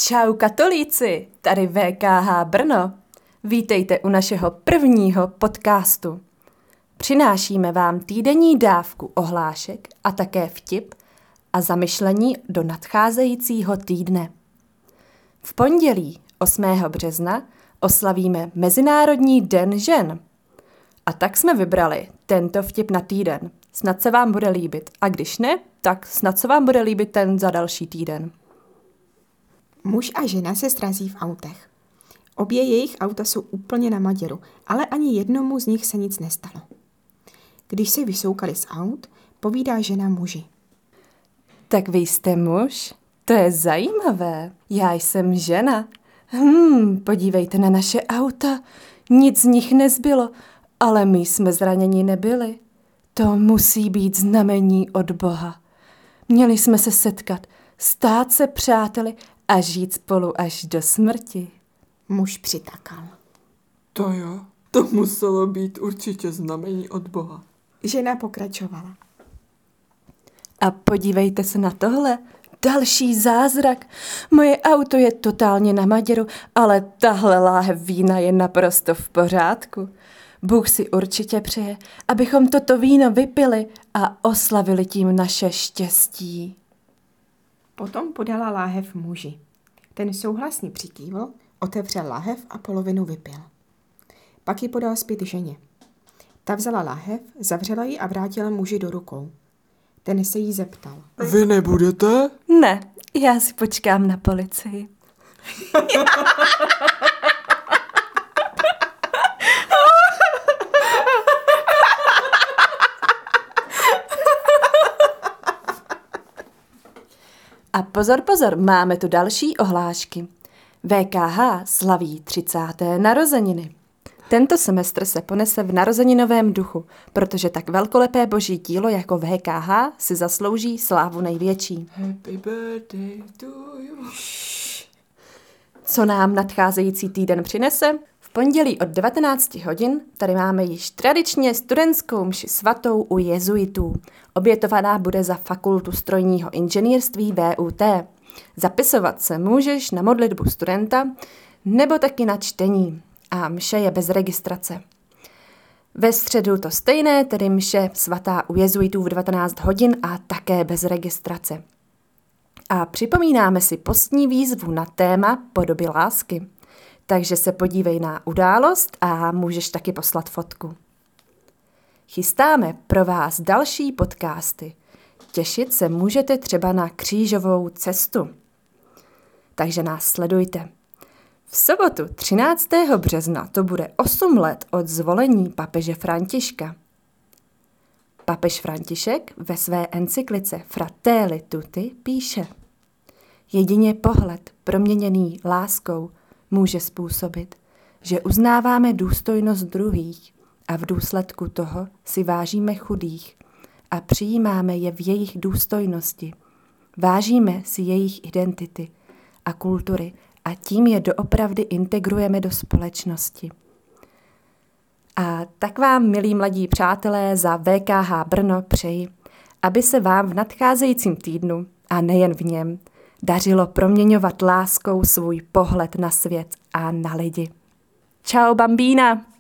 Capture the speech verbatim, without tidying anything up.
Čau katolíci, tady V K H Brno. Vítejte u našeho prvního podcastu. Přinášíme vám týdenní dávku ohlášek a také vtip a zamyšlení do nadcházejícího týdne. V pondělí osmého března oslavíme Mezinárodní den žen. A tak jsme vybrali tento vtip na týden. Snad se vám bude líbit. A když ne, tak snad se vám bude líbit ten za další týden. Muž a žena se srazí v autech. Obě jejich auta jsou úplně na maděru, ale ani jednomu z nich se nic nestalo. Když se vysoukali z aut, povídá žena muži. Tak vy jste muž? To je zajímavé. Já jsem žena. Hmm, podívejte na naše auta. Nic z nich nezbylo, ale my jsme zraněni nebyli. To musí být znamení od Boha. Měli jsme se setkat, stát se přáteli a žít spolu až do smrti. Muž přitakal. To jo, to muselo být určitě znamení od Boha. Žena pokračovala. A podívejte se na tohle. Další zázrak. Moje auto je totálně na maděru, ale tahle láhev vína je naprosto v pořádku. Bůh si určitě přeje, abychom toto víno vypili a oslavili tím naše štěstí. Potom podala láhev muži. Ten souhlasně přikývl, otevřel láhev a polovinu vypil. Pak ji podal zpět ženě. Ta vzala láhev, zavřela ji a vrátila muži do rukou. Ten se jí zeptal. Vy nebudete? Ne, já si počkám na policii. A pozor, pozor, máme tu další ohlášky. V K H slaví třicáté narozeniny. Tento semestr se ponese v narozeninovém duchu, protože tak velkolepé boží dílo jako V K H si zaslouží slávu největší. Happy birthday to you. Co nám nadcházející týden přinese? V pondělí od devatenáct hodin tady máme již tradičně studentskou mši svatou u jezuitů. Obětovaná bude za fakultu strojního inženýrství V U T. Zapisovat se můžeš na modlitbu studenta nebo taky na čtení. A mše je bez registrace. Ve středu to stejné, tedy mše svatá u jezuitů v devatenáct hodin a také bez registrace. A připomínáme si postní výzvu na téma podoby lásky. Takže se podívej na událost a můžeš taky poslat fotku. Chystáme pro vás další podcasty. Těšit se můžete třeba na křížovou cestu. Takže nás sledujte. V sobotu třináctého března to bude osm let od zvolení papeže Františka. Papež František ve své encyklice Fratelli Tutti píše: jedině pohled proměněný láskou může způsobit, že uznáváme důstojnost druhých a v důsledku toho si vážíme chudých a přijímáme je v jejich důstojnosti. Vážíme si jejich identity a kultury a tím je doopravdy integrujeme do společnosti. A tak vám, milí mladí přátelé, za V K H Brno přeji, aby se vám v nadcházejícím týdnu, a nejen v něm, dařilo proměňovat láskou svůj pohled na svět a na lidi. Čau, bambína!